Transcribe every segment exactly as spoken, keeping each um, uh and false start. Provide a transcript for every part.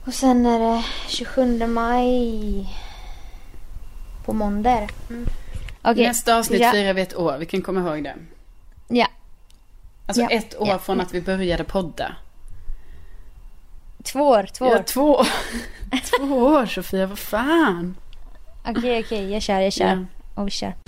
Och sen är det tjugosjunde maj på måndag. Mm. Okay. Nästa avsnitt ja. firar vi ett år. Vi kan komma ihåg det. Ja. Alltså ja. ett år ja. från att vi började podda. Två år, två år. Ja, två år. två år, Sofia, vad fan. Okej, okay, okej, okay. jag kör, jag kör. Ja. Och vi kör.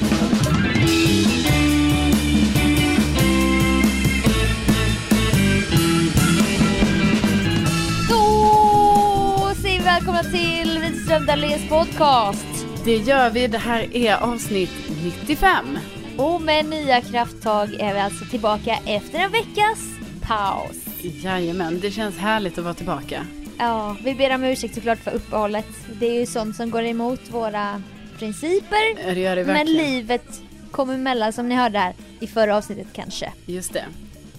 Då säger vi välkomna till Widerström Dahléns podcast. Det gör vi, det här är avsnitt nittiofem. Och med nya krafttag är vi alltså tillbaka efter en veckas paus. Jajamän, det känns härligt att vara tillbaka. Ja, vi ber om ursäkt såklart för uppehållet. Det är ju sånt som går emot våra principer. Det gör det verkligen. Men livet kommer emellan, som ni hörde här i förra avsnittet kanske. Just det.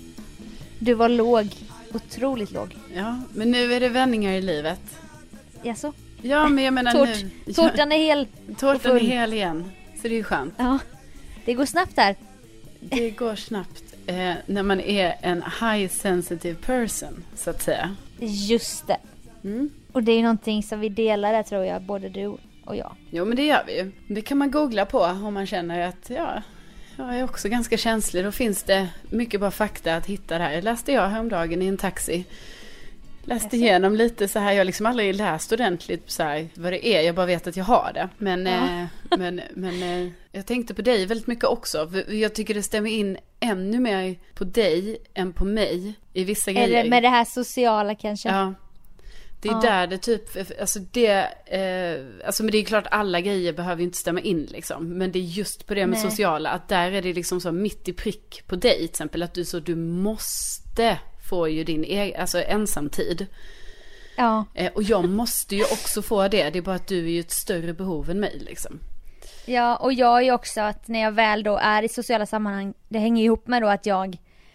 Du var låg, otroligt låg. Ja, men nu är det vändningar i livet. Jaså? Ja, men jag menar Tårt, nu... Tårtan är hel. Tårtan är hel igen, så det är ju skönt. Ja, det går snabbt här. Det går snabbt eh, när man är en high sensitive person, så att säga. Just det. Mm. Och det är ju någonting som vi delar där, tror jag, både du och jag. Jo, men det gör vi ju. Det kan man googla på om man känner att ja, jag är också ganska känslig. Då finns det mycket bra fakta att hitta där. Jag läste jag häromdagen i en taxi. Läste igenom lite så här. Jag har liksom aldrig läst ordentligt så här vad det är. Jag bara vet att jag har det. Men, ja. eh, men, men eh, jag tänkte på dig väldigt mycket också. Jag tycker det stämmer in ännu mer på dig än på mig i vissa grejer. Eller med det här sociala kanske. Ja. Det är ja. där det typ, alltså det, eh, alltså men det är klart alla grejer behöver ju inte stämma in liksom. Men det är just på det med Nej. sociala, att där är det liksom så mitt i prick på dig till exempel. Att du så, du måste få ju din egen, alltså ensamtid. Ja. Eh, och jag måste ju också få det, det är bara att du är ju ett större behov än mig liksom. Ja, och jag är ju också att när jag väl då är i sociala sammanhang, det hänger ihop med då att jag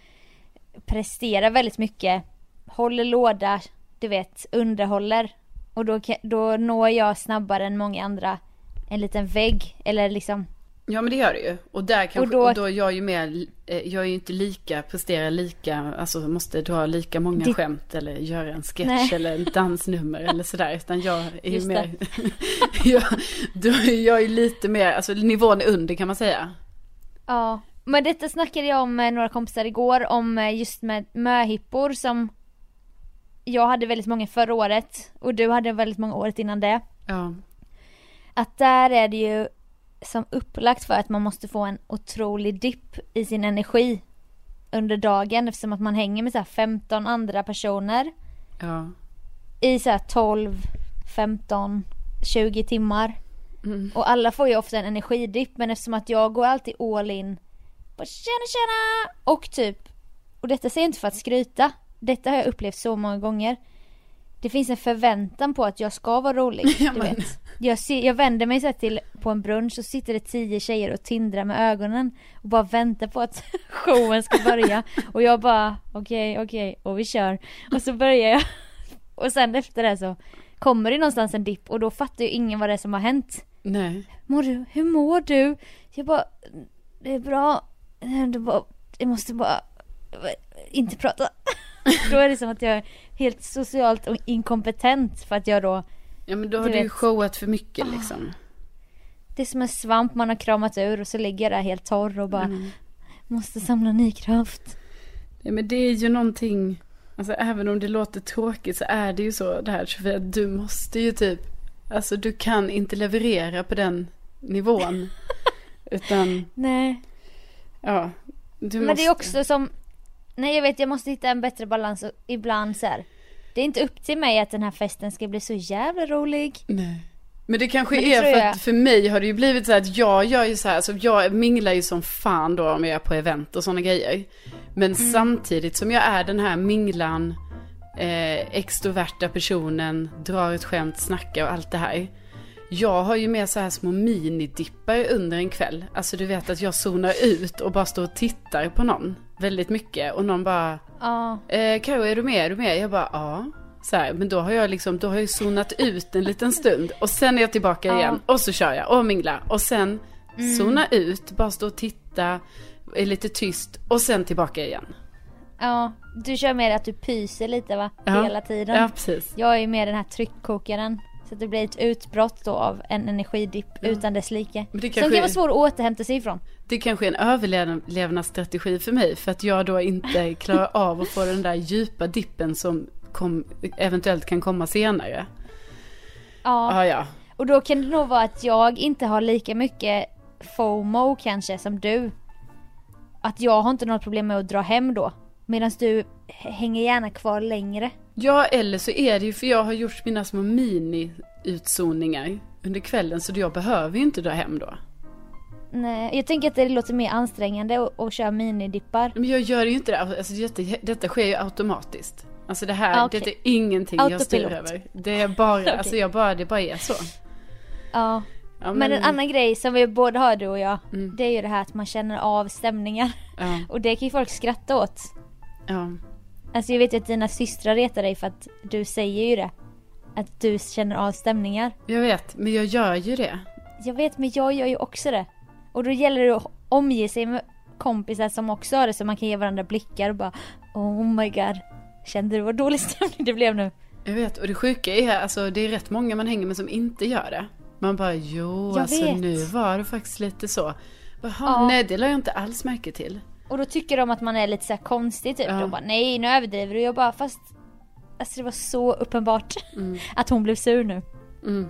presterar väldigt mycket, håller låda, du vet, underhåller. Och då, då når jag snabbare än många andra en liten vägg. Eller liksom... Ja, men det gör det ju. Och där kanske, och då, och då jag är ju mer, jag är ju inte lika, presterar lika, alltså måste dra lika många det... skämt eller göra en sketch Nej. eller en dansnummer eller sådär. Utan jag är ju mer, jag, då är jag är lite mer, alltså nivån under kan man säga. Ja, men detta snackade jag om med några kompisar igår, om just med möhippor som... Jag hade väldigt många förra året och du hade väldigt många året innan det. Ja. Att där är det ju som upplagt för att man måste få en otrolig dipp i sin energi under dagen, eftersom att man hänger med så här femton andra personer. Ja. I så här tolv, femton, tjugo timmar. Mm. Och alla får ju ofta en energidipp, men eftersom att jag går alltid all in. Bara tjena tjena! Och typ, och detta säger jag inte för att skryta. Detta har jag upplevt så många gånger. Det finns en förväntan på att jag ska vara rolig. Ja, du vet. Jag, ser, jag vänder mig så här till på en brunch och sitter det tio tjejer och tindrar med ögonen och bara väntar på att showen ska börja. Och jag bara, okej, okay, okej, okay, och vi kör. Och så börjar jag. Och sen efter det så kommer det någonstans en dipp och då fattar ju ingen vad det är som har hänt. Nej. Mår du? Hur mår du? Jag bara, det är bra. Det bara, jag måste bara inte prata. Då är det som att jag är helt socialt och inkompetent för att jag då... Ja, men då har du, du ju showat för mycket liksom. Oh, det är som en svamp man har kramat ur och så ligger jag där helt torr och bara mm. måste samla ny kraft. Ja, men det är ju någonting... Alltså även om det låter tråkigt så är det ju så det här, för att du måste ju typ... Alltså du kan inte leverera på den nivån. Utan... Nej. Ja, du men måste... det är också som... Nej, jag vet, jag måste hitta en bättre balans och ibland så här. Det är inte upp till mig att den här festen ska bli så jävla rolig. Nej. Men det kanske Men det är för jag. att för mig har det ju blivit så här att jag gör ju så här, alltså jag minglar ju som fan då om jag är på event och såna grejer. Men mm. samtidigt som jag är den här minglan, eh, extroverta personen, drar ett skämt, snackar och allt det här. Jag har ju mer så här små minidippar under en kväll. Alltså du vet att jag zonar ut och bara står och tittar på någon väldigt mycket. Och någon bara, ja. eh, Karo, är du med? Är du med? Jag bara, ja. Så här, men då har jag liksom, då har jag zonat ut en liten stund. Och sen är jag tillbaka ja. igen. Och så kör jag och minglar. Och sen mm. zona ut, bara stå och titta, är lite tyst. Och sen tillbaka igen. Ja, du kör mer att du pyser lite va? Ja. Hela tiden. Ja, precis. Jag är mer den här tryckkokaren. Så att det blir ett utbrott då av en energidipp Ja. utan dess like. Men det Som kanske kan är- vara svår att återhämta sig ifrån. Det kanske är en överlevnadsstrategi för mig. För att jag då inte klarar av att få den där djupa dippen som kom, eventuellt kan komma senare. Ja. Ja, ja. Och då kan det nog vara att jag inte har lika mycket FOMO kanske som du. Att jag har inte något problem med att dra hem då. Medan du h- hänger gärna kvar längre. Ja, eller så är det ju för jag har gjort mina små mini-utzoningar under kvällen. Så jag behöver ju inte dra hem då. Nej, jag tänker att det låter mer ansträngande att, att köra minidippar. Men jag gör ju inte det. Alltså, detta, detta sker ju automatiskt. Alltså det här, Ah, okej. det är ingenting jag styr Autopilot. över. Det är bara, Okej. alltså jag bara, det bara är så. Ja. Ja, Men en annan grej som vi båda har, du och jag, Mm. det är ju det här att man känner av stämningar. Ja, Och det kan ju folk skratta åt. ja. Alltså jag vet ju att dina systrar retar dig för att du säger ju det. Att du känner av stämningar. Jag vet, men jag gör ju det. Jag vet, men jag gör ju också det. Och då gäller det att omge sig med kompisar som också har det, så man kan ge varandra blickar och bara oh my god, kände du vad dålig stämning det blev nu? Jag vet, och det sjuka är, alltså det är rätt många man hänger med som inte gör det. Man bara, jo, Jag alltså vet. nu var det faktiskt lite så. Jaha, Ja. nej, det lade jag inte alls märke till. Och då tycker de att man är lite så här konstig typ. Ja. De bara nej, nu överdriver du. Jag bara fast alltså det var så uppenbart Mm. att hon blev sur nu. Mm.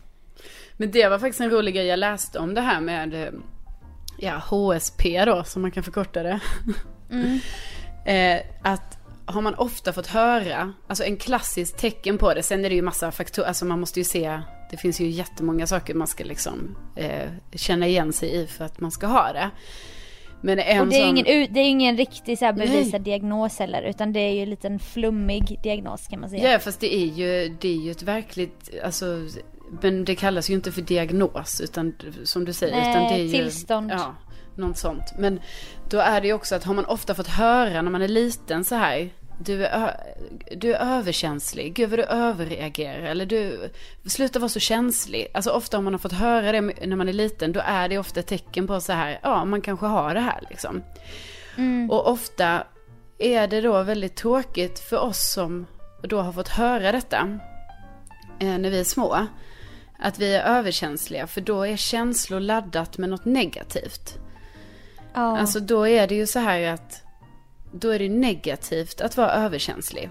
Men det var faktiskt en rolig grej jag läste om det här med eh, ja, H S P då, som man kan förkorta det. Mm. eh, att har man ofta fått höra, alltså en klassisk tecken på det, sen är det ju massa faktorer, alltså man måste ju se, det finns ju jättemånga saker man ska liksom eh, känna igen sig i för att man ska ha det. Men en Och det är sån... ingen, u- det är ingen riktig så här bevisad Nej. diagnos heller, utan det är ju en liten flummig diagnos kan man säga. Ja, fast det är ju, det är ju ett verkligt, alltså, men det kallas ju inte för diagnos, utan som du säger, Nej, utan det är ju tillstånd. Ja, något sånt. Men då är det ju också att har man ofta fått höra när man är liten så här, du är, ö- du är överkänslig, gud vad du överreagerar, eller du, sluta vara så känslig. Alltså ofta om man har fått höra det när man är liten, då är det ofta ett tecken på så här, ja man kanske har det här liksom. Mm. Och ofta är det då väldigt tråkigt för oss som då har fått höra detta eh, när vi är små, att vi är överkänsliga, för då är känslor laddat med något negativt. Ja. Alltså då är det ju så här att då är det negativt att vara överkänslig.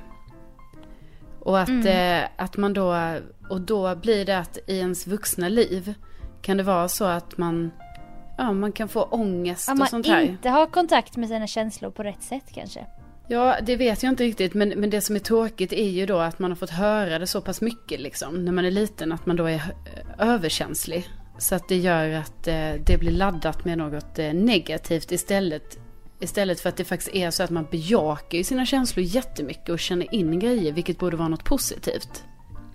Och att, Mm. eh, att man då, och då blir det att i ens vuxna liv kan det vara så att man, ja, man kan få ångest Om och man sånt här. inte har kontakt med sina känslor på rätt sätt kanske. Ja, det vet jag inte riktigt, men, men det som är tråkigt är ju då att man har fått höra det så pass mycket liksom, när man är liten, att man då är eh, överkänslig. Så att det gör att eh, det blir laddat med något eh, negativt istället. Istället för att det faktiskt är så att man bejakar ju sina känslor jättemycket och känner in grejer, vilket borde vara något positivt.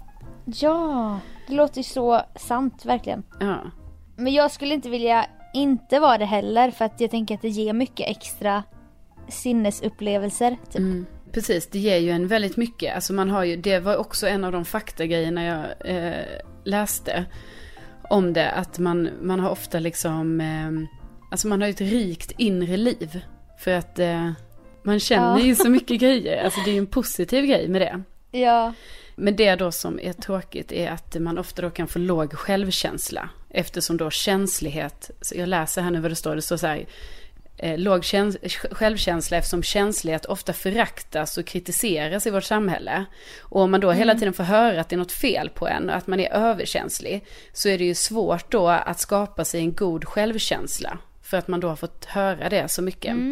Ja, det låter ju så sant verkligen. Ja, Men jag skulle inte vilja inte vara det heller, för att jag tänker att det ger mycket extra sinnesupplevelser typ. mm. Precis, det ger ju en väldigt mycket. Alltså man har ju, det var också en av de faktagrejerna jag eh, läste om det, att man, man har ofta liksom, eh, alltså man har ju ett rikt inre liv, för att eh, man känner Ja. ju så mycket grejer, alltså det är ju en positiv grej med det. Ja, Men det då som är tråkigt är att man ofta då kan få låg självkänsla, eftersom då känslighet, så jag läser här nu vad det står, det står så här, eh, låg käns- självkänsla eftersom känslighet ofta föraktas och kritiseras i vårt samhälle. Och om man då hela tiden får höra att det är något fel på en och att man är överkänslig, så är det ju svårt då att skapa sig en god självkänsla, för att man då har fått höra det så mycket. Mm.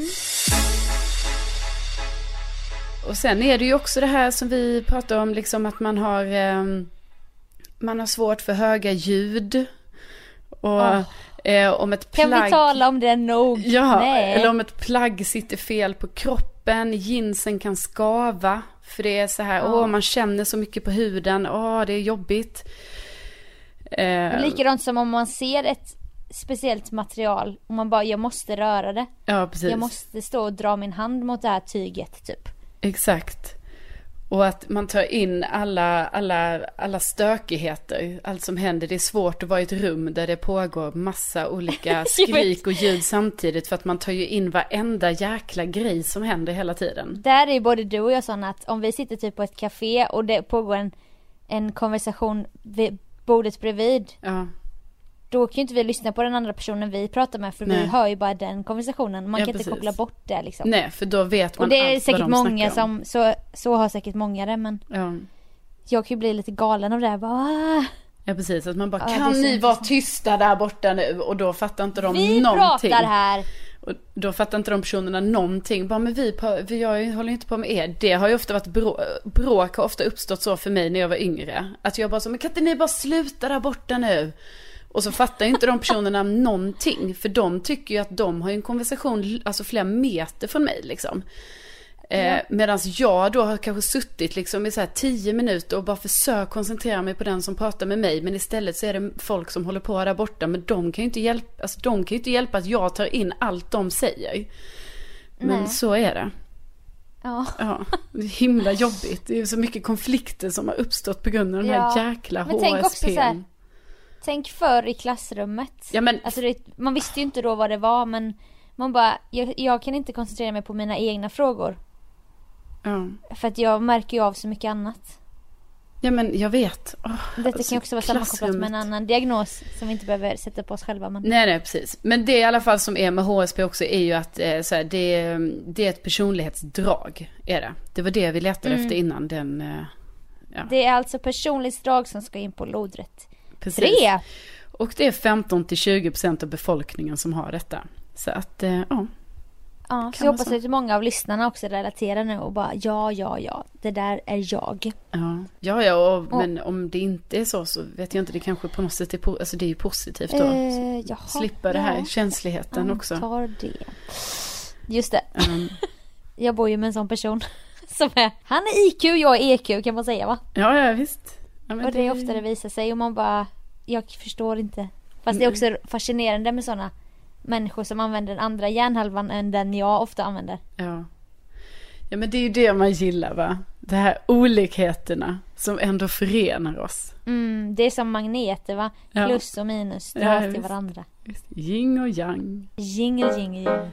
Och sen är det ju också det här som vi pratar om, liksom att man har eh, man har svårt för höga ljud. Och Oh. eh, om ett plagg... kan vi tala om det nog? Ja, Nej. eller om ett plagg sitter fel på kroppen, jeansen kan skava, för det är så här, åh, Ja. man känner så mycket på huden, åh, det är jobbigt. Eh, Likadant som om man ser ett speciellt material och man bara, jag måste röra det. ja, precis. Jag måste stå och dra min hand mot det här tyget typ. Exakt. Och att man tar in alla, alla, alla stökigheter, allt som händer. Det är svårt att vara i ett rum där det pågår massa olika skrik och ljud samtidigt. För att man tar ju in varenda jäkla grej som händer hela tiden. Där är både du och jag sån att om vi sitter typ på ett café och det pågår en, en konversation vid bordet bredvid. Ja. Då kan ju inte vi lyssna på den andra personen vi pratar med. För Nej. vi hör ju bara den konversationen. Man ja, kan precis. inte koppla bort det liksom. Nej, för då vet man och det är allt säkert vad de många snackar om. som så, så har säkert många det. Men ja. jag kan ju bli lite galen av det här. Bara, ja, precis. Att man bara, ja, kan ni intressant. vara tysta där borta nu? Och då fattar inte de vi någonting. Vi pratar här. Och då fattar inte de personerna någonting. Bara, men vi, vi jag håller inte på med er. Det har ju ofta varit brå, bråk har ofta uppstått så för mig när jag var yngre. Att jag bara så, men kan inte ni bara sluta där borta nu? Och så fattar ju inte de personerna någonting. För de tycker ju att de har en konversation alltså flera meter från mig liksom. Eh, ja. Medan jag då har kanske suttit liksom i så här tio minuter och bara försökt koncentrera mig på den som pratar med mig. Men istället så är det folk som håller på där borta. Men de kan ju inte hjälpa, alltså de kan ju inte hjälpa att jag tar in allt de säger. Men Nej. Så är det. Ja. Ja, det är himla jobbigt. Det är ju så mycket konflikter som har uppstått på grund av den ja. här jäkla H S P. Men tänk också så här, tänk för i klassrummet. Ja, men... alltså det, man visste ju inte då vad det var. Men man bara, jag, jag kan inte koncentrera mig på mina egna frågor. Ja. För att jag märker ju av så mycket annat. Ja, men jag vet. Oh, Detta alltså, kan också vara sammankopplat med en annan diagnos som vi inte behöver sätta på oss själva. Men... Nej, nej, precis. Men det i alla fall som är med H S P också är ju att eh, så här, det, det är ett personlighetsdrag. Är det. Det var det vi letade mm. efter innan den... Eh, ja. Det är alltså personlighetsdrag som ska in på lodrätt. Precis. Tre! Och det är femton till tjugo procent av befolkningen som har detta. Så att, eh, ja... Ja, så jag hoppas att många av lyssnarna också relaterar nu och bara ja, ja, ja, det där är jag. Ja, ja, ja och, och, men om det inte är så så vet jag inte, det kanske på något sätt är, po- alltså det är ju positivt då. Eh, jaha, slippa det här ja. känsligheten Jag också. tar det. Just det. Um, jag bor ju med en sån person som är, han är I Q, jag är E Q kan man säga va? Ja, ja visst. Ja, men och det, det är ofta det visar sig och man bara, jag förstår inte. Fast det är också fascinerande med såna människor som använder den andra hjärnhalvan än den jag ofta använder. Ja. Ja, men det är ju det man gillar va? De här olikheterna som ändå förenar oss. Mm, det är som magneter va? Ja. Plus och minus dras ja, till varandra. Yin och yang. Yin och yin, yin.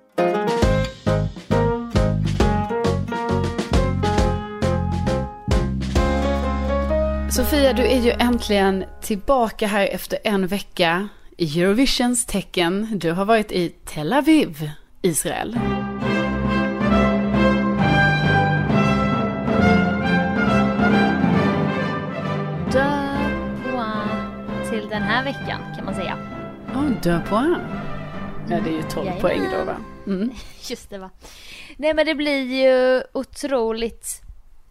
Sofia, du är ju äntligen tillbaka här efter en vecka i Eurovisions tecken. Du har varit i Tel Aviv, Israel. Deux points till den här veckan kan man säga. Ja, oh, deux points. Ja, det är ju tolv Jajamän. poäng då va? Mm. Just det va. Nej men det blir ju otroligt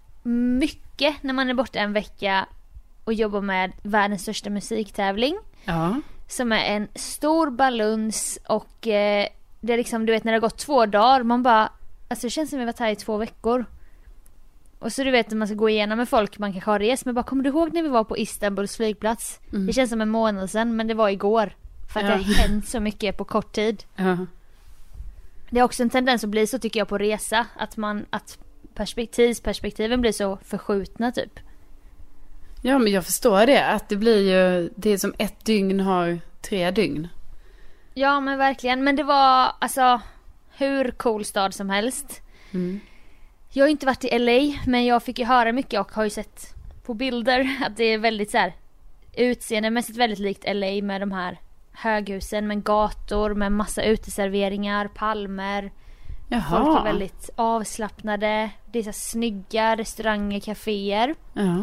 mycket när man är borta en vecka och jobbar med världens största musiktävling. Ja. Som är en stor baluns och eh, det är liksom, du vet när det har gått två dagar, man bara, alltså det känns som att vi varit här i två veckor. Och så du vet när man ska gå igenom med folk man kanske har rest, men bara, kommer du ihåg när vi var på Istanbuls flygplats? Mm. Det känns som en månad sedan, men det var igår. För att ja. Det har hänt så mycket på kort tid. Ja. Det är också en tendens att bli så tycker jag på resa, att man, att perspektivsperspektiven blir så förskjutna typ. Ja, men jag förstår det. Att det blir ju, det är som ett dygn har tre dygn. Ja, men verkligen. Men det var alltså hur cool stad som helst. Mm. Jag har inte varit i L A, men jag fick ju höra mycket och har ju sett på bilder att det är väldigt så här utseendemässigt väldigt likt L A med de här höghusen med gator med massa uteserveringar, palmer. Jaha. Folk är väldigt avslappnade. Det är så snygga restauranger, kaféer. Ja.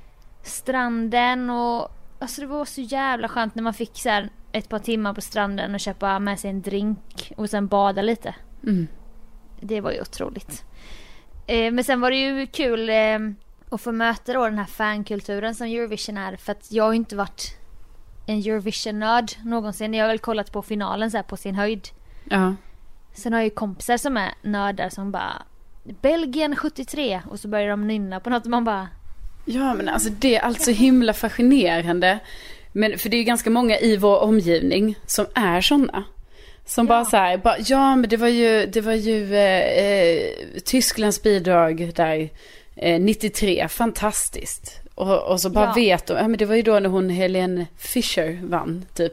Stranden och alltså det var så jävla skönt när man fick så här ett par timmar på stranden och köpa med sig en drink och sen bada lite. Mm. Det var ju otroligt. Eh, men sen var det ju kul eh, att få möta då den här fankulturen som Eurovision är, för att jag har ju inte varit en Eurovision-nörd någonsin. Jag har väl kollat på finalen så här på sin höjd. Ja. Sen har jag ju kompisar som är nördar som bara Belgien sjuttiotre och så börjar de nynna på något och man bara ja, men alltså det är alltså himla fascinerande. Men för det är ju ganska många i vår omgivning som är såna. Som ja. bara så här, bara, ja men det var ju, det var ju eh, Tysklands bidrag där eh, nittiotre, fantastiskt. Och, och så bara Ja. vet de, ja men det var ju då när hon Helene Fischer vann typ.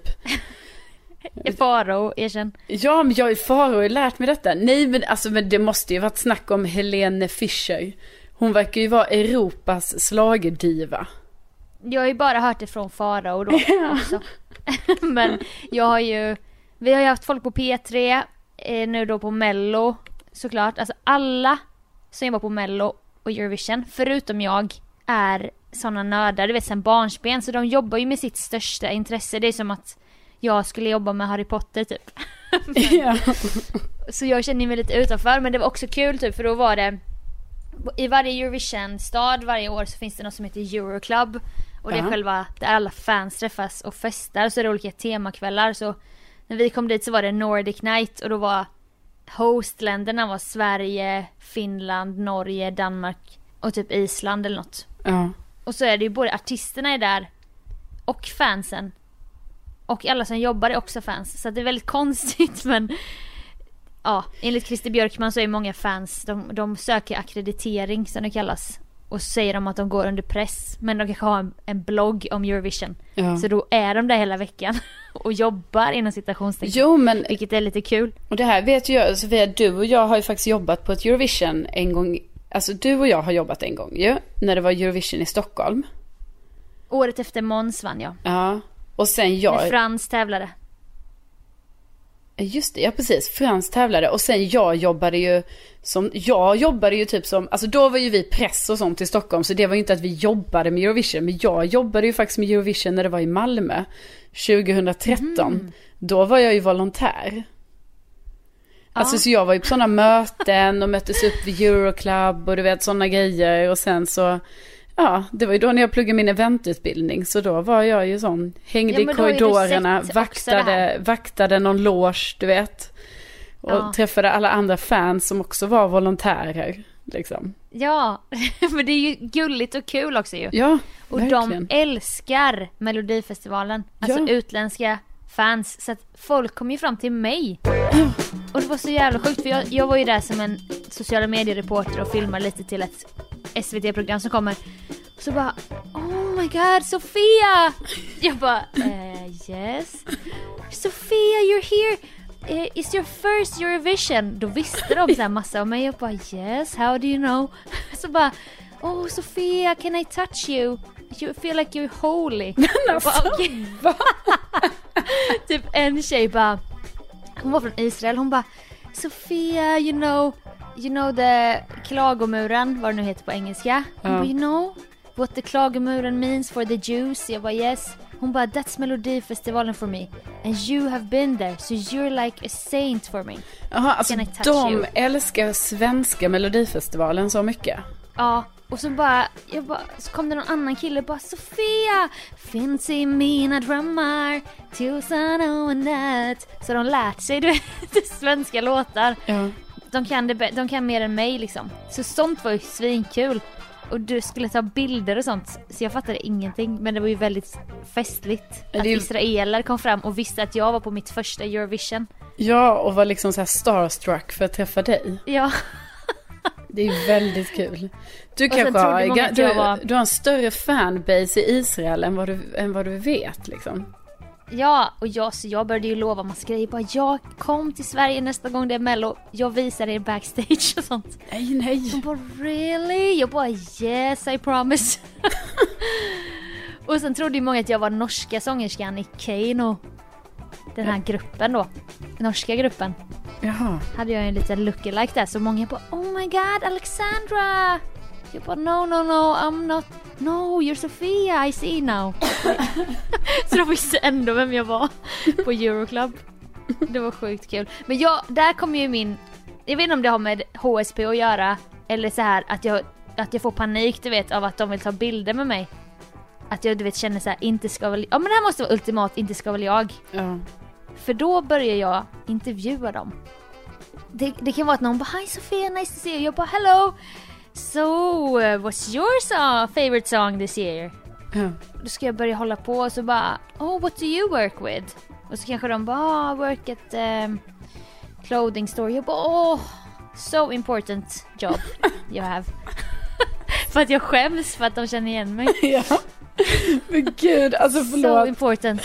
Faro, erkänn. Ja, men jag är faro, jag har lärt mig detta. Nej, men, alltså, men det måste ju varit snack om Helene Fischer. Hon verkar ju vara Europas slagerdiva. Jag har ju bara hört det från Faro då också. Men jag har ju, vi har ju haft folk på P tre, eh, nu då på Mello såklart. Alltså alla som jobbar på Mello och Eurovision, förutom jag, är såna nördar, du vet, sen barnsben. Så de jobbar ju med sitt största intresse. Det är som att jag skulle jobba med Harry Potter typ. Men, Ja. så jag känner mig lite utanför, men det var också kul typ, för då var det i varje Eurovision-stad varje år så finns det något som heter Euroclub. Och det är Ja. själva där alla fans träffas och festar. Så är det olika temakvällar. Så när vi kom dit så var det Nordic Night. Och då var hostländerna var Sverige, Finland, Norge, Danmark och typ Island eller något. Ja. Och så är det ju både artisterna är där och fansen. Och alla som jobbar är också fans. Så det är väldigt konstigt, men ja, enligt Christer Björkman så är många fans, de, de söker akkreditering som det kallas. Och så säger de att de går under press. Men de kanske har en, en blogg om Eurovision. Ja. Så då är de där hela veckan och jobbar inom citationstecken. Jo, men Vilket är lite kul. och det här vet ju jag, Sofia, du och jag har ju faktiskt jobbat på ett Eurovision en gång. Alltså du och jag har jobbat en gång ju, när det var Eurovision i Stockholm. Året efter Måns vann jag. Ja, och sen När jag... Frans tävlade. Just det, ja precis, Frans tävlade. Och sen jag jobbade ju som, jag jobbade ju typ som, alltså då var ju vi press och sånt i Stockholm. Så det var ju inte att vi jobbade med Eurovision. Men jag jobbade ju faktiskt med Eurovision när det var i Malmö tjugohundratretton. Mm. Då var jag ju volontär. Alltså Ja. så jag var ju på sådana möten och möttes upp vid Euroclub och du vet sådana grejer. Och sen så, ja, det var ju då när jag pluggade min eventutbildning. Så då var jag ju sån, hängde Ja, i men då har ju du korridorerna, sett också det vaktade, här. vaktade någon loge, du vet. Och Ja. träffade alla andra fans som också var volontärer, liksom. Ja, men det är ju gulligt och kul också ju. Ja, Och verkligen. de älskar Melodifestivalen. Alltså Ja. utländska fans. Så att folk kom ju fram till mig. Och det var så jävla sjukt. För jag, jag var ju där som en sociala mediereporter och filmade lite till ett S V T-program som kommer. Så bara, oh my god, Sofia! Jag bara, eh, yes. Sofia, you're here. Eh, It's your first Eurovision. Då visste de så här massa om mig. Jag bara, yes, how do you know? Så bara, oh Sofia, can I touch you? You feel like you're holy. Jag bara, "Okej." Typ en tjej bara, hon var från Israel, hon bara, Sofia, you know, you know the klagomuren, vad det nu heter på engelska. Hon Ja. bara, you know what the klagomuren means for the Jews? Jag bara, yes. Hon bara, that's Melodifestivalen for me. And you have been there, so you're like a saint for me. Jaha, alltså Can I touch de you? älskar svenska Melodifestivalen så mycket. Ja, och så bara, jag bara, så kom det någon annan kille och bara, Sofia, finns i mina drömmar, tusen och en natt. Så de lärt sig, du vet, svenska låtar. Ja. De kan, det, de kan mer än mig liksom. Så sånt var ju svinkul. Och du skulle ta bilder och sånt. Så jag fattade ingenting. Men det var ju väldigt festligt. Det Att är ju- israeler kom fram och visste att jag var på mitt första Eurovision. Ja, och var liksom så här starstruck för att träffa dig. Ja, Det är ju väldigt kul. Du Och sen kanske trodde har, många att jag du, var- du har en större fanbase i Israel än vad du, än vad du vet liksom. ja, och jag, så jag började ju lova massa grejer. Bara, jag kom till Sverige nästa gång det är Mello. Jag visar er backstage och sånt. Nej, nej. De bara, really? Jag bara, yes, I promise. Och sen trodde ju många att jag var norska sångerskan i Keino. Den här gruppen då. Norska gruppen. Jaha. Hade jag en liten lookalike där. Så många bara, oh my god, Alexandra. Jag bara, no, no, no, I'm not. No, you're Sofia, I see now. Så de visste ändå vem jag var på Euroclub. Det var sjukt kul. Men jag, där kom ju min, jag vet inte om det har med H S P att göra. Eller så här att jag, att jag får panik, du vet, av att de vill ta bilder med mig. Att jag, du vet, känner så här, inte ska väl, ja men det här måste vara ultimat, inte ska väl jag. Ja. För då börjar jag intervjua dem. Det, det kan vara att någon bara, hi Sofia, nice to see you. Jag bara, hello. So, uh, what's your song, favorite song this year? Ja. Då ska jag börja hålla på och så bara, oh, what do you work with? Och så kanske de bara, oh, I work at um, clothing store. Jag bara, oh, so important job you have. För att jag skäms för att de känner igen mig. Ja. Men gud, alltså förlåt. So important.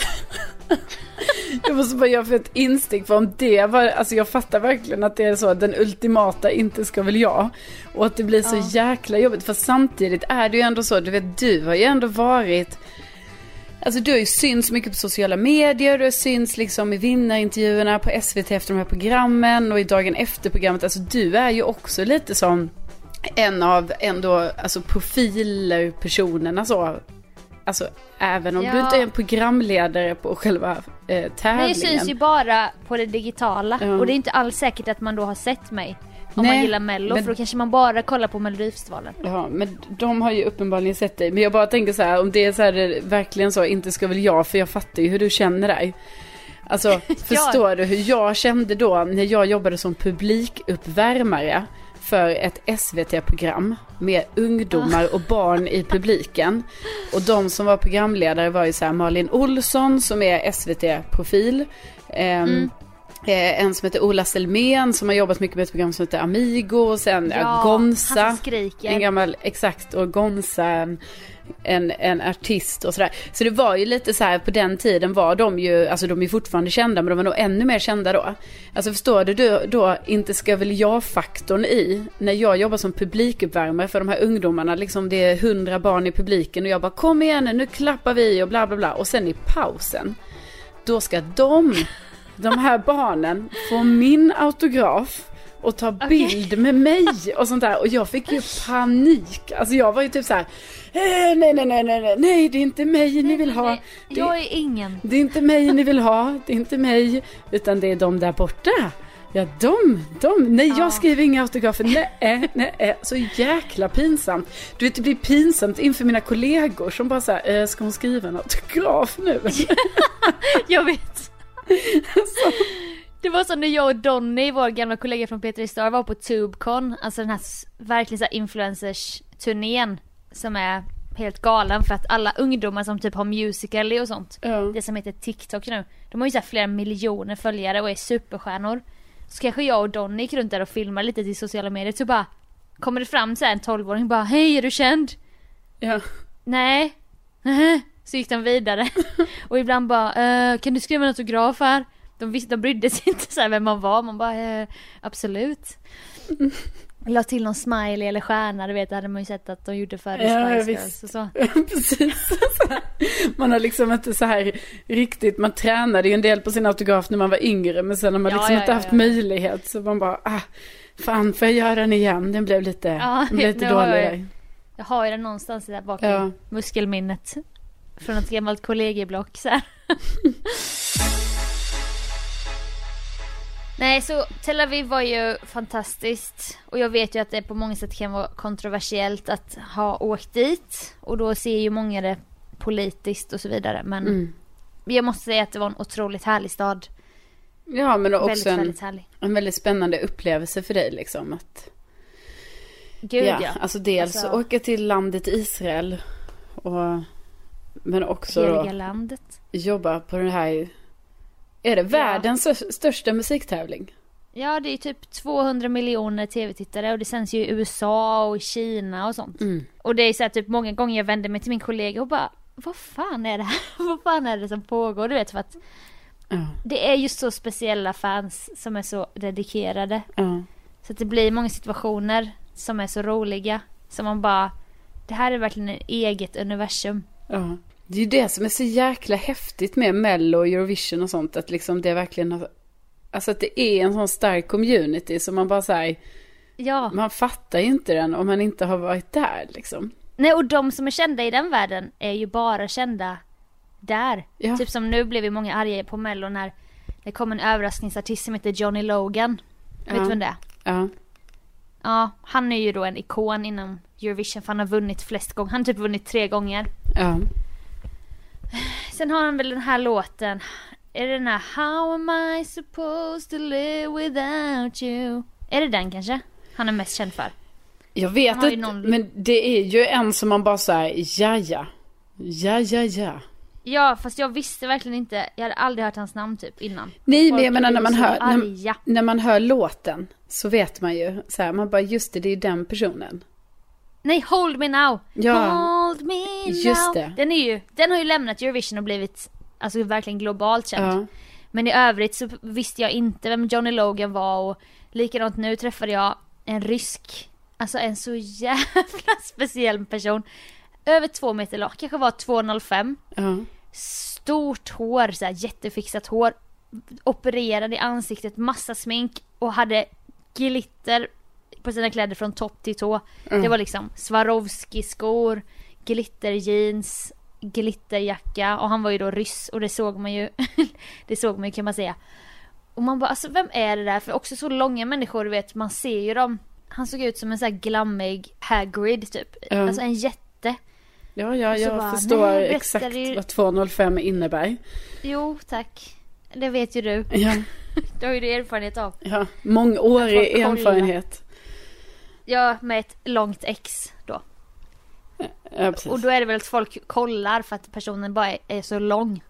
Jag måste bara göra för ett instick för om det var, alltså jag fattar verkligen att det är så, den ultimata inte ska väl jag. Och att det blir så ja. jäkla jobbigt, för samtidigt är det ju ändå så, du vet, du har ju ändå varit, alltså du har ju synts mycket på sociala medier, du har synts liksom i vinnarintervjuerna på S V T efter de här programmen och i dagen efter programmet, alltså du är ju också lite som en av ändå, alltså profiler, personerna så. Alltså även om ja. du inte är en programledare på själva eh, tävlingen. Nej, jag syns ju bara på det digitala. Ja. Och det är inte alls säkert att man då har sett mig. Om Nej, man gillar Mello, men... för då kanske man bara kollar på Melodifestivalen. Ja, men de har ju uppenbarligen sett dig. Men jag bara tänker så här, om det är så här, verkligen så, inte ska väl jag, för jag fattar ju hur du känner dig. Alltså, förstår ja. du hur jag kände då när jag jobbade som publikuppvärmare för ett S V T-program med ungdomar och barn i publiken. Och de som var programledare var ju så här Malin Olsson som är S V T-profil. Mm. Eh, en som heter Ola Selmén som har jobbat mycket med ett program som heter Amigo. Och sen ja, Gonza. Han skriker. En gammal, exakt, och Gonza, en, en, en artist och sådär. Så det var ju lite så här, på den tiden var de ju, alltså de är fortfarande kända, men de var nog ännu mer kända då. Alltså förstår du då, då inte ska väl jag-faktorn i, när jag jobbar som publikuppvärmare för de här ungdomarna, liksom det är hundra barn i publiken och jag bara, kom igen nu klappar vi och bla bla bla. Och sen i pausen, då ska de, de här barnen få min autograf och ta bild okay. med mig och sånt där. Och jag fick ju panik. Alltså jag var ju typ så här: nej, nej, nej, nej, nej, nej, det är inte mig nej, ni vill ha. Nej, det, jag är ingen. Det är inte mig ni vill ha. Det är inte mig, utan det är de där borta. Ja, de, de, nej, jag ja. skriver inga autografer. Nej, nej, så jäkla pinsamt. Du vet, det blir pinsamt inför mina kollegor som bara så här, ska hon skriva en autograf nu? Jag vet. Så. Det var så när jag och Donny, vår gamla kollega från P tre Star, var på TubeCon. Alltså den här verkligen så här influencers-turnén som är helt galen för att alla ungdomar som typ har Musical.ly och sånt, mm. det som heter TikTok nu, de har ju så här flera miljoner följare och är superstjärnor. Så kanske jag och Donny gick runt där och filmade lite till sociala medier, så bara kommer det fram så här en tolvåring bara, hej, är du känd? Ja. Nej. Så gick de vidare. Och ibland bara, äh, kan du skriva en autograf här? De visste, de brydde sig inte så här vem man var. Man bara, eh, absolut. Mm. La till någon smiley eller stjärna, du vet, det hade man ju sett att de gjorde förr i ja, Spice Girls och så. Precis. Man har liksom inte så här riktigt, man tränade ju en del på sin autograf när man var yngre, men sen har man ja, liksom ja, inte ja, haft ja. möjlighet, så man bara, ah, fan, får jag göra den igen? Den blev lite, ja, den blev lite dålig där. Jag har ju den någonstans där bakom ja. muskelminnet från ett gammalt kollegieblock så här. Nej, så Tel Aviv var ju fantastiskt. Och jag vet ju att det på många sätt kan vara kontroversiellt att ha åkt dit. Och då ser ju många det politiskt och så vidare. Men mm. jag måste säga att det var en otroligt härlig stad. Ja, men också väldigt, en, väldigt härlig. en väldigt spännande upplevelse för dig liksom. Att, Gud ja, ja. Alltså dels alltså, åka till landet Israel. Och, men också då landet. Jobba på det här. Är det världens ja. största musiktävling? Ja, det är typ tvåhundra miljoner tv-tittare och det sänds ju i U S A och i Kina och sånt. Mm. Och det är så här, typ många gånger jag vänder mig till min kollega och bara, vad fan är det här? Vad fan är det som pågår? Du vet, för att mm. det är ju så speciella fans som är så dedikerade. Mm. Så att det blir många situationer som är så roliga. Som man bara, det här är verkligen ett eget universum. Mm. Det är ju det som är så jäkla häftigt med Mello och Eurovision och sånt. Att liksom det verkligen har, alltså att det är en sån stark community som man bara säger, ja. man fattar ju inte den om man inte har varit där liksom. Nej, och de som är kända i den världen är ju bara kända där. Ja. Typ som nu blev vi många arga på Mello när det kom en överraskningsartist som heter Johnny Logan. Ja. Vet du vem det är? Ja. Ja, han är ju då en ikon inom Eurovision för han har vunnit flest gånger. Han har typ vunnit tre gånger. Ja. Sen har han väl den här låten. Är det den här How am I supposed to live without you? Är det den kanske? Han är mest känd för. Jag vet inte, någon... men det är ju en som man bara säger ja, ja. Ja, ja, ja. Ja, fast jag visste verkligen inte. Jag hade aldrig hört hans namn typ innan. Nej, men jag menar när man hör när, när man hör låten så vet man ju så här, man bara just det, det är den personen. Nej, Hold Me Now. Ja. Hold Me Just Now. det. Den är ju, den har ju lämnat Eurovision och blivit alltså verkligen globalt känd. Ja. Men i övrigt så visste jag inte vem Johnny Logan var, och likadant nu träffade jag en rysk, alltså en så jävla speciell person. Över två meter lång, kanske var två komma noll fem. Ja. Stort hår, så här jättefixat hår. Opererad i ansiktet, massa smink och hade glitter på sina kläder från topp till tå. Mm. Det var liksom Swarovski-skor, glitterjeans, glitterjacka, och han var ju då ryss, och det såg man ju det såg man ju kan man säga. Och man bara, alltså vem är det där? För också så långa människor, du vet, man ser ju dem. Han såg ut som en så här glammig Hagrid typ. Mm. Alltså en jätte. Ja, ja, jag bara, förstår nej, exakt ju... vad två komma noll fem innebär. Jo, tack. Det vet ju du. Ja. Det har ju du erfarenhet av. Ja, mångårig kolla. erfarenhet. Ja, med ett långt ex då. Ja, precis. Och då är det väl att folk kollar för att personen bara är, är så lång.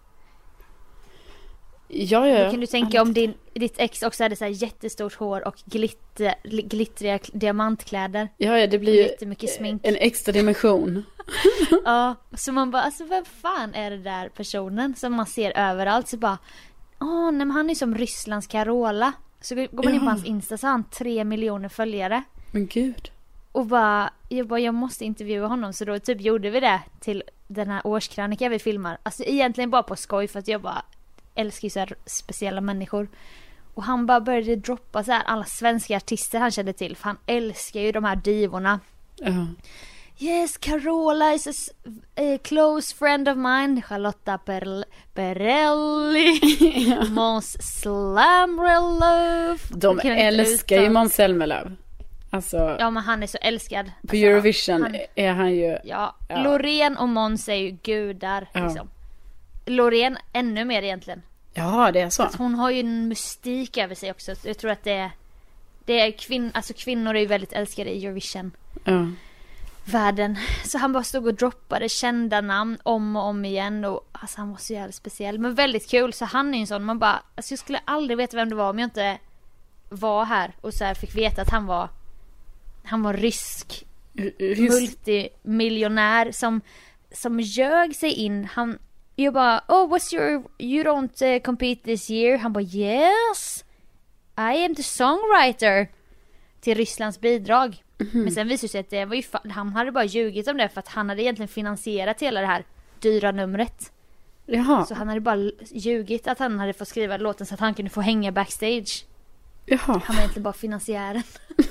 Ja, ja. Då kan du tänka om din, ditt ex också hade så här jättestort hår och glitter, glittriga diamantkläder. Ja, ja, det blir ju jättemycket smink. en extra dimension. Ja, så man bara, alltså vem fan är det där personen som man ser överallt? Så bara, åh, nej men han är som Rysslands Carola. Så går man in på Ja. hans Insta så har han tre miljoner följare. Men gud. Och bara, jag bara, jag måste intervjua honom. Så då typ gjorde vi det till den här årskrönika vi filmar. Alltså egentligen bara på skoj, för att jag bara älskar ju så här speciella människor. Och han bara började droppa så här alla svenska artister han kände till. För han älskar ju de här divorna. Ja. Yes, Carola is a, s- a close friend of mine. Charlotta Per- Perrelli. Måns Zelmerlöw. De Jag kan inte älskar ju uttala- Måns Zelmerlöw. Alltså, Ja, men han är så älskad. på Alltså, Eurovision han- är han ju... Ja, Ja. Loreen och Måns är ju gudar Ja. liksom. Loreen ännu mer egentligen. Ja, det är så. Att hon har ju en mystik över sig också. Jag tror att det är, det är kvinn, alltså kvinnor är ju väldigt älskade i Eurovision Ja. världen. Så han bara stod och droppade kända namn om och om igen, och alltså han var så jävla speciell, men väldigt kul. Så han är ju en sån, man bara, alltså jag skulle aldrig veta vem det var om jag inte var här och så här fick veta att han var han var rysk Just, multimiljonär som som ljög sig in. Han jag bara, oh what's your, you don't uh, compete this year. Han bara, yes I am the songwriter till Rysslands bidrag. Mm-hmm. Men sen visade det sig att det var ju fa- han hade bara ljugit om det, för att han hade egentligen finansierat hela det här dyra numret. jaha. Så han hade bara ljugit att han hade fått skriva låten så att han kunde få hänga backstage. Jaha. Han var egentligen bara finansiären.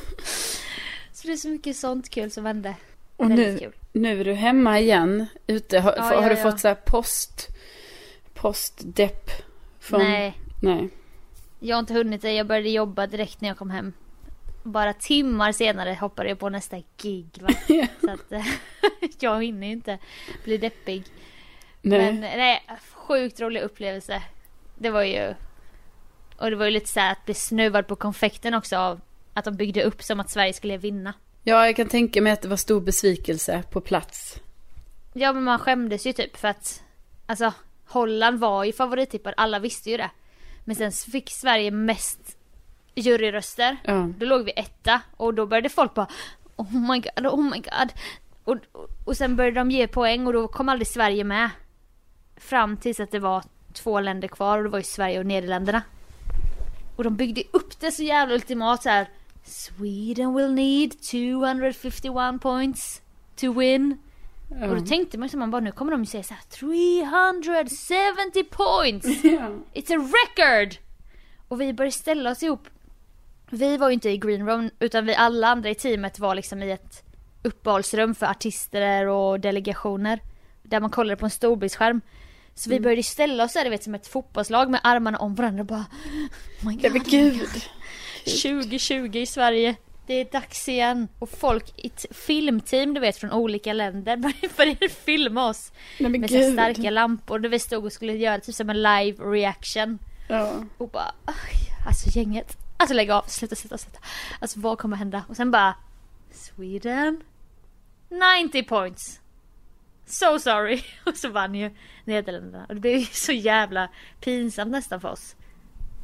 Så det är så mycket sånt kul som hände. Och Väldigt nu, kul. nu är du hemma igen ute. Har, Ja, har ja, du ja. fått så här post postdepp från... Nej, Nej. jag har inte hunnit det. Jag började jobba direkt när jag kom hem. Bara timmar senare hoppade jag på nästa gig, va? Så att eh, jag hinner ju inte bli deppig. Nej. Men nej, sjukt rolig upplevelse. Det var ju... Och det var ju lite så här att bli snuvad på konfekten också av att de byggde upp som att Sverige skulle vinna. Ja, jag kan tänka mig att det var stor besvikelse på plats. Ja, men man skämdes ju typ för att alltså, Holland var ju favorittippad. Alla visste ju det. Men sen fick Sverige mest juryröster. Ja. Då låg vi etta. Och då började folk bara, oh my god, oh my god. Och, och, och sen började de ge poäng och då kom aldrig Sverige med. Fram tills att det var två länder kvar, och det var ju Sverige och Nederländerna. Och de byggde upp det så jävla ultimat så här. Sweden will need tvåhundrafemtioett points to win. Ja. Och då tänkte man, så man bara, nu kommer de ju säga så här, trehundrasjuttio points. Ja. It's a record. Och vi började ställa oss ihop. Vi var ju inte i green room, utan vi alla andra i teamet var liksom i ett uppehållsrum för artister och delegationer, där man kollade på en storbildsskärm. Så vi Mm. började ställa oss där, du vet, som ett fotbollslag med armarna om varandra och bara, oh my god, Ja, men gud. tjugo tjugo i Sverige. Det är dags igen. Och folk i ett filmteam, du vet, från olika länder började, började filma oss. Nej, men Med så här gud. starka lampor. Där vi stod och skulle göra typ som en live reaction. Ja. Och bara, aj, alltså gänget. Alltså lägg av, sluta, sluta, sluta. Alltså vad kommer hända? Och sen bara, Sweden nittio points. So sorry. Och så vann ju Nederländerna. Och det blev ju så jävla pinsamt nästan för oss.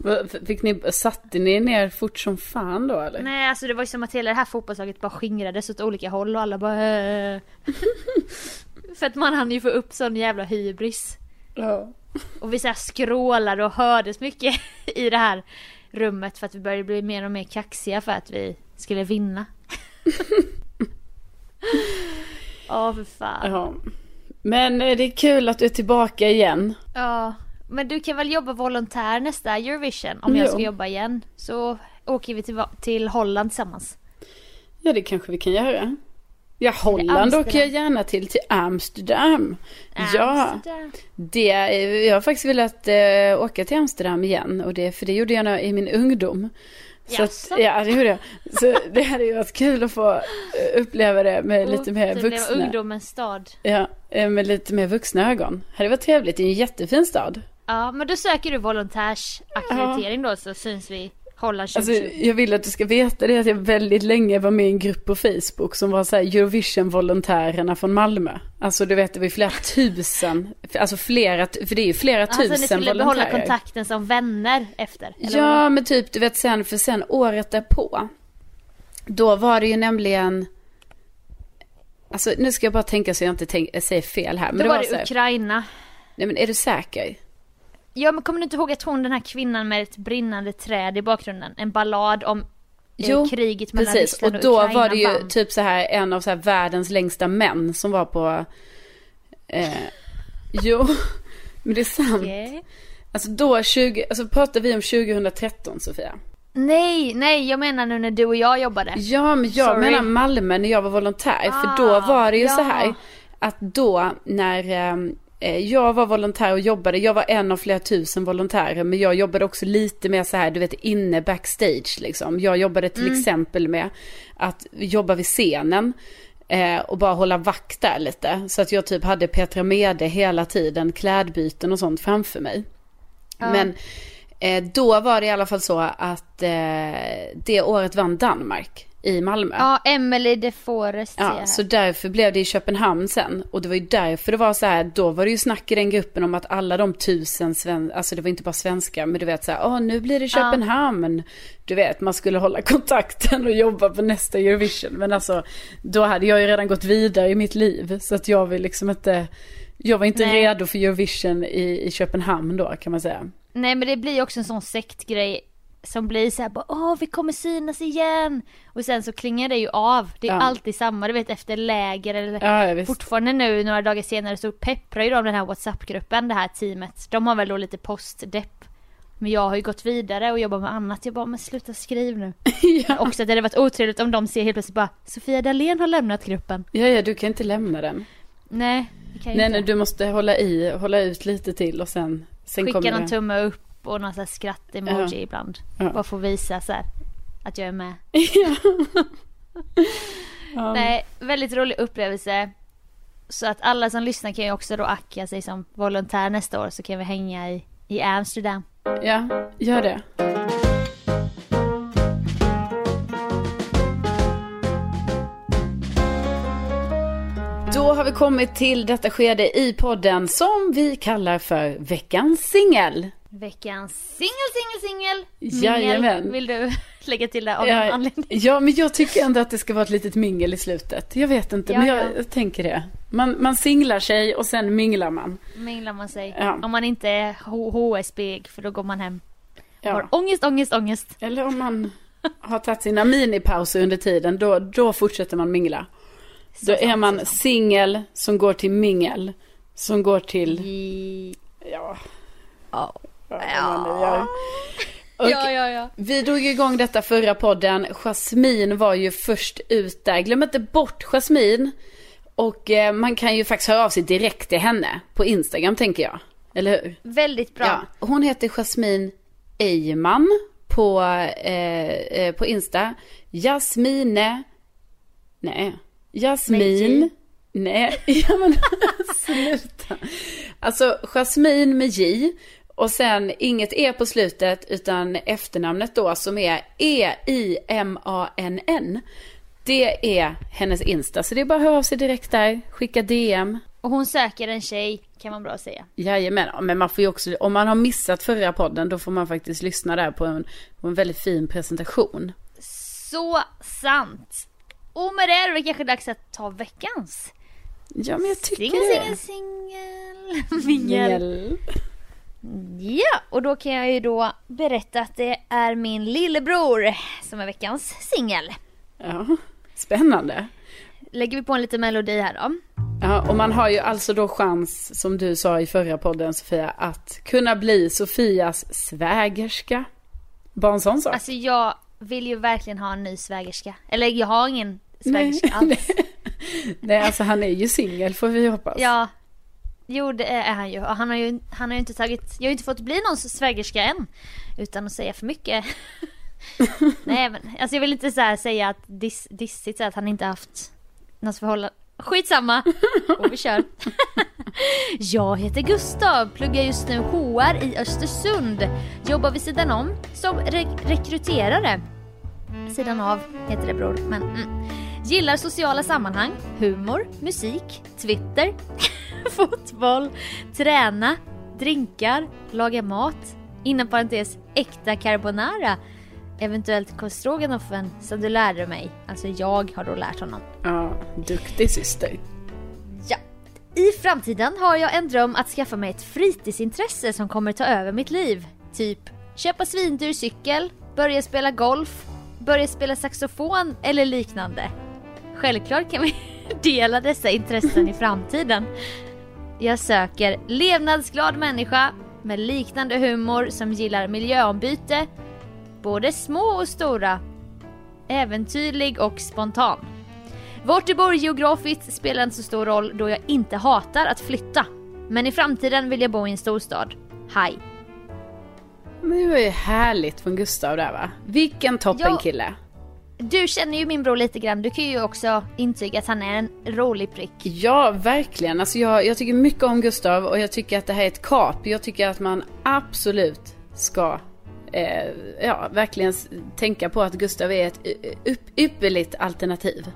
Fick ni, satte ni ner fort som fan då eller? Nej, alltså det var ju som att hela det här fotbollslaget bara skingrades åt olika håll och alla bara... För att man hann ju få upp sån jävla hybris. Ja. Och vi så här skrålade och hördes mycket i det här rummet för att vi började bli mer och mer kaxiga för att vi skulle vinna. Ja, oh, för fan. Ja. Men det är kul att du är tillbaka igen. Ja, men du kan väl jobba volontär nästa Eurovision om jag ska jo. jobba igen. Så åker vi till, till Holland tillsammans. Ja, det kanske vi kan göra. Ja, Holland åker jag gärna till, till Amsterdam. Amsterdam. Ja, det, jag har faktiskt velat äh, åka till Amsterdam igen. Och det, för det gjorde jag i min ungdom. Så yes. att, ja, det gjorde jag. Så det hade ju varit kul att få uppleva det med lite mer vuxna. Det blev ungdomens stad. Ja, med lite mer vuxna ögon. Det hade varit trevligt, det är en jättefin stad. Ja, men då söker du volontärsackreditering ja. Då så syns vi Holland tjugo tjugo. Alltså, jag vill att du ska veta det att jag väldigt länge var med i en grupp på Facebook som var så här Eurovision-volontärerna från Malmö. Alltså du vet, det var ju flera tusen, alltså flera, för det är ju flera alltså, tusen volontärer. Alltså ni skulle behålla kontakten som vänner efter? Eller ja, vad? Men typ du vet sen, för sen året därpå, då var det ju nämligen, alltså nu ska jag bara tänka så jag inte tänk, säger fel här. Men då det var var det så här, Ukraina. Nej men är du säker? Ja, men kommer du inte ihåg att hon, den här kvinnan med ett brinnande träd i bakgrunden, en ballad om jo, kriget mellan precis. Ryssland och, och då Ukraina var det ju vann. Typ så här en av så här världens längsta män som var på eh, jo, men det är sant. Okay. Alltså då tjugo, alltså pratar vi om tjugohundratretton, Sofia. Nej, nej, jag menar nu när du och jag jobbade. Ja, men jag Sorry. menar Malmö när jag var volontär, ah, för då var det ju ja. så här att då när eh, jag var volontär och jobbade, jag var en av flera tusen volontärer, men jag jobbade också lite mer så här, du vet, inne backstage liksom. Jag jobbade till mm. exempel med att jobba vid scenen eh, och bara hålla vakt där lite, så att jag typ hade Petra Mede hela tiden, klädbyten och sånt framför mig. Ja. Men eh, då var det i alla fall så att eh, det året vann Danmark i Malmö. Ja, Emily de Forest. Ja, så därför blev det i Köpenhamn sen. Och det var ju därför det var så här, då var det ju snack i den gruppen om att alla de tusen sven, alltså det var inte bara svenskar, men du vet så här, åh nu blir det Köpenhamn. Ja. Du vet, man skulle hålla kontakten och jobba på nästa Eurovision. Men alltså, då hade jag ju redan gått vidare i mitt liv. Så att jag vill liksom inte, jag var inte Nej. redo för Eurovision i, i Köpenhamn då, kan man säga. Nej, men det blir ju också en sån sektgrej som blir så här, bara, åh vi kommer synas igen. Och sen så klingar det ju av. Det är ja. alltid samma, du vet, efter läger eller ja, fortfarande nu några dagar senare så pepprar ju de den här WhatsApp-gruppen, det här teamet. De har väl då lite postdepp. Men jag har ju gått vidare och jobbat med annat. Jag bara, men sluta skriv nu. ja. Också att det hade varit otrevligt om de ser helt plötsligt bara, Sofia Dalén har lämnat gruppen. Ja, ja, du kan inte lämna den. Nej, det kan nej, inte. nej, du måste hålla i, hålla ut lite till och sen, sen skicka kommer någon det. tumme upp och någon sån här skratt-emoji ja. ibland. Ja. Bara få visa så här, att jag är med. Ja. ja. Nej, väldigt rolig upplevelse. Så att alla som lyssnar kan ju också då acka sig som volontär nästa år, så kan vi hänga i, i Amsterdam. Ja, gör det. Då har vi kommit till detta skede i podden som vi kallar för veckans singel. Veckans singel, singel, singel. Jajamän. Vill du lägga till det av ja, någon anledning? Ja, men jag tycker ändå att det ska vara ett litet mingel i slutet. Jag vet inte, ja, men jag, ja. jag tänker det. Man, man singlar sig och sen minglar man. Minglar man sig. Ja. Om man inte är H S B, för då går man hem. Ja. Har ångest, ångest, ångest. Eller om man har tagit sina minipauser under tiden, då, då fortsätter man mingla. Så då är man singel som går till mingel, som går till... I... Ja... Ja... Ja. ja, ja, ja. Vi drog igång detta förra podden. Jasmine var ju först ut där. Glöm inte bort Jasmine. Och eh, man kan ju faktiskt höra av sig direkt till henne på Instagram, tänker jag. Eller hur? Väldigt bra. Ja. Hon heter Jasmine Eiman på, eh, på Insta. Jasmine... Nej... Jasmine... Nej, ja, men sluta. Alltså Jasmine med J och sen inget E på slutet utan efternamnet då som är E I M A N N. Det är hennes Insta, så det är bara att höra av sig direkt där, skicka D M. Och hon söker en tjej, kan man bra säga. Jajamän, men man får ju också, om man har missat förra podden, då får man faktiskt lyssna där på en, på en väldigt fin presentation. Så sant. Och med det är det kanske dags att ta veckans. Ja, men jag tycker singel, det. Singel, singel, mingel. Ja, och då kan jag ju då berätta att det är min lillebror som är veckans singel. Ja, spännande. Lägger vi på en liten melodi här då. Ja, och man har ju alltså då chans, som du sa i förra podden, Sofia, att kunna bli Sofias svägerska. Bara en sån sak. Alltså jag vill ju verkligen ha en ny svägerska. Eller jag har ingen svägerska alls. Nej. Nej, alltså han är ju singel, får vi hoppas. Ja, jo det är han ju. Och han har ju, han har ju inte tagit, jag har ju inte fått bli någon svägerska än. Utan att säga för mycket. Nej men, alltså jag vill inte så här säga att diss, dissigt så att han inte haft något förhållande. Skitsamma. Och vi kör. Jag heter Gustav, pluggar just nu H R i Östersund. Jobbar vid sidan om som re- rekryterare. Sidan av heter det, bror. Men mm. Gillar sociala sammanhang, humor, musik, Twitter, fotboll, träna, drinkar, laga mat, inom parentes äkta carbonara, eventuellt korvstroganoffen som du lärde mig. Alltså jag har då lärt honom. Ja, duktig syster. Ja. I framtiden har jag en dröm att skaffa mig ett fritidsintresse som kommer ta över mitt liv. Typ köpa svindyr cykel, börja spela golf, börja spela saxofon eller liknande. Självklart kan vi dela dessa intressen i framtiden. Jag söker levnadsglad människa med liknande humor som gillar miljöombyte, både små och stora, äventyrlig och spontan. Vart du bor geografiskt spelar inte så stor roll då jag inte hatar att flytta. Men i framtiden vill jag bo i en storstad. Hej. Men det var ju härligt från Gustav där, va? Vilken toppenkille. Ja. Du känner ju min bror lite grann. Du kan ju också intyga att han är en rolig prick. Ja, verkligen. Alltså jag, jag tycker mycket om Gustav och jag tycker att det här är ett kap. Jag tycker att man absolut ska eh, ja, verkligen tänka på att Gustav är ett upp, ypperligt alternativ.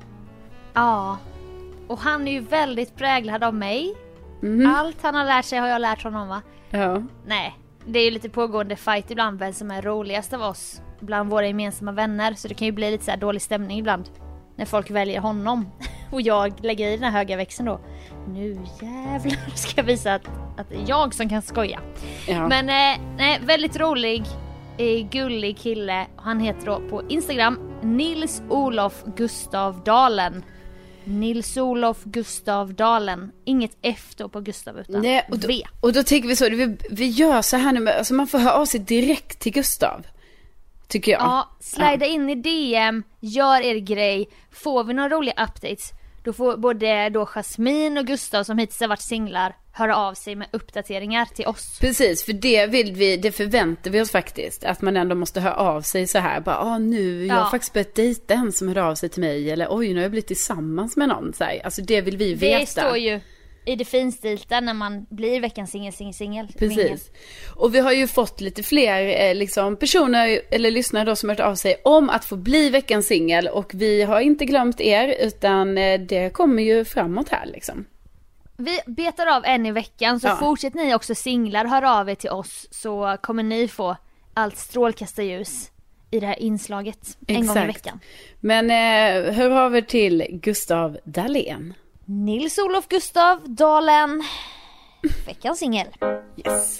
Ja, och han är ju väldigt präglad av mig. Mm. Allt han har lärt sig har jag lärt honom, va? Ja. Nej, det är ju lite pågående fight ibland vem som är roligast av oss bland våra gemensamma vänner. Så det kan ju bli lite så här dålig stämning ibland när folk väljer honom. Och jag lägger i den här höga växeln då. Nu jävlar ska jag visa att, att det är jag som kan skoja. Ja. Men eh, nej, väldigt rolig, eh, gullig kille. Han heter då på Instagram Nils Olof Gustav Dalen. Nils Olof Gustav Dalen. Inget F då på Gustav utan Nej, och då, V. Och då tänker vi så, vi, vi gör så här nu med, alltså man får höra av sig direkt till Gustav. Tycker jag. Ja, slida ja. in i D M, gör er grej. Får vi några roliga updates, då får både då Jasmin och Gustav som hittills har varit singlar höra av sig med uppdateringar till oss. Precis, för det vill vi, det förväntar vi oss faktiskt. Att man ändå måste höra av sig så här. Bara, ah, nu, jag har ja. faktiskt börjat dejta en som hör av sig till mig. Eller oj, nu har jag blivit tillsammans med någon. Så här. Alltså det vill vi veta. Det står ju i det finstilta när man blir veckans singel, singel, singel. Precis. Mingel. Och vi har ju fått lite fler eh, liksom, personer eller lyssnare då som har hört av sig om att få bli veckans singel. Och vi har inte glömt er, utan eh, det kommer ju framåt här liksom. Vi betar av en i veckan, så ja. fortsätt ni också singlar, hör av er till oss, så kommer ni få allt strålkastarljus i det här inslaget en Exakt. gång i veckan. Men eh, hör av er till Gustav Dahlén. Nils Olof Gustav Dalen, veckans singel. Yes.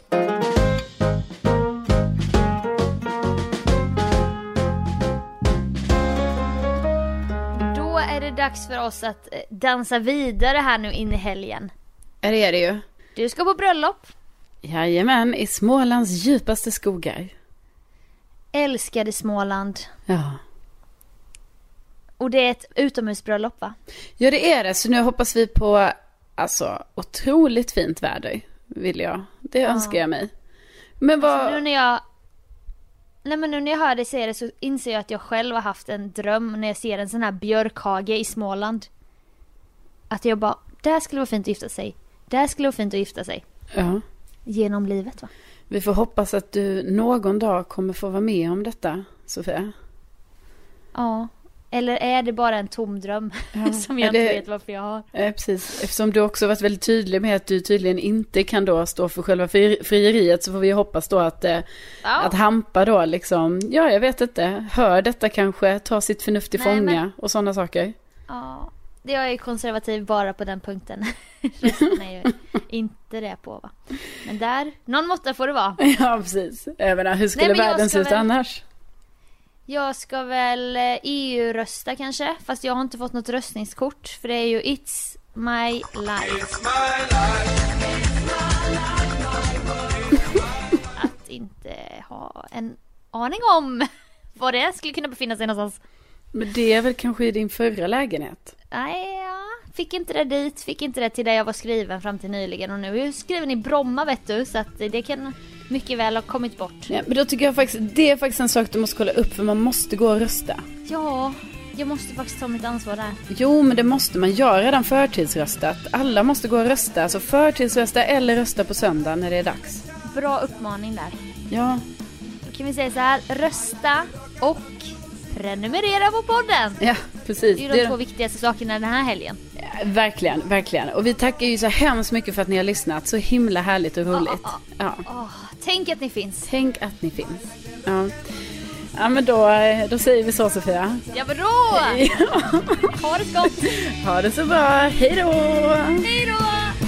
Då är det dags för oss att dansa vidare här nu in i helgen. Ja, det är det ju. Du ska på bröllop. Jajamän, i Smålands djupaste skogar. Älskade Småland. Ja. Och det är ett utomhusbröllop, va? Ja, det är det. Så nu hoppas vi på alltså otroligt fint väder, vill jag. Det ja. önskar jag mig. Men vad... Alltså, nu när jag... Nej, men nu när jag hör dig säga det så inser jag att jag själv har haft en dröm när jag ser en sån här björkhage i Småland. Att jag bara, där skulle vara fint att gifta sig. Där skulle vara fint att gifta sig. Ja. Genom livet, va? Vi får hoppas att du någon dag kommer få vara med om detta, Sofia. Ja. Eller är det bara en tom dröm Ja, som jag det, inte vet varför jag har? Eh, precis, eftersom du också varit väldigt tydlig med att du tydligen inte kan då stå för själva fri, frieriet, så får vi hoppas då att, eh, Ja. att Hampa då liksom, ja jag vet inte, hör detta kanske, ta sitt förnuft i Nej, fånga men- och sådana saker. Ja, det är ju konservativ bara på den punkten. Resten är ju inte det på, va? Men där, någon måtta får det vara. Ja, precis. Jag menar, hur skulle Nej, men jag världen ska se ut väl- annars? Jag ska väl eh, E U-rösta kanske, fast jag har inte fått något röstningskort, för det är ju It's My Life. Att inte ha en aning om vad det skulle kunna befinna sig någonstans. Men det är väl kanske i din förra lägenhet? Nej, ja, fick inte det dit, fick inte det till där jag var skriven fram till nyligen. Och nu är jag skriven i Bromma, vet du, så att det kan mycket väl ha kommit bort. Ja, men då tycker jag faktiskt, det är faktiskt en sak du måste kolla upp, för man måste gå och rösta. Ja, jag måste faktiskt ta mitt ansvar där. Jo, men det måste man göra, redan förtidsröstat. Alla måste gå och rösta, alltså förtidsrösta eller rösta på söndag när det är dags. Bra uppmaning där. Ja, Då kan vi säga så här, rösta och prenumerera på podden. ja precis. Det är ju de två viktigaste sakerna den här helgen. Ja, verkligen, verkligen. Och vi tackar ju så hemskt mycket för att ni har lyssnat. Så himla härligt och roligt. Ah, ah, Ja. Åh, tänk att ni finns. Tänk att ni finns. Ja, ja men då, då säger vi så, Sofia. Ja, bra! Ja. Ha det så gott. Ha det så bra. Hej då! Hej då!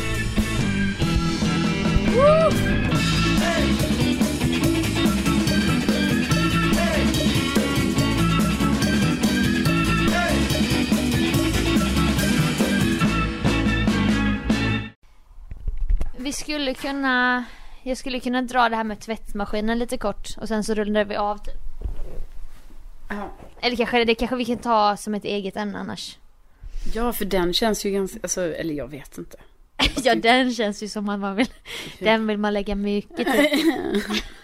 Vi skulle kunna, jag skulle kunna dra det här med tvättmaskinen lite kort och sen så rullar vi av typ. Ja. Eller kanske det kanske vi kan ta som ett eget ämne annars. Ja, för den känns ju ganska, alltså, eller jag vet inte. Ja, den känns ju som man vill, den vill man lägga mycket tid.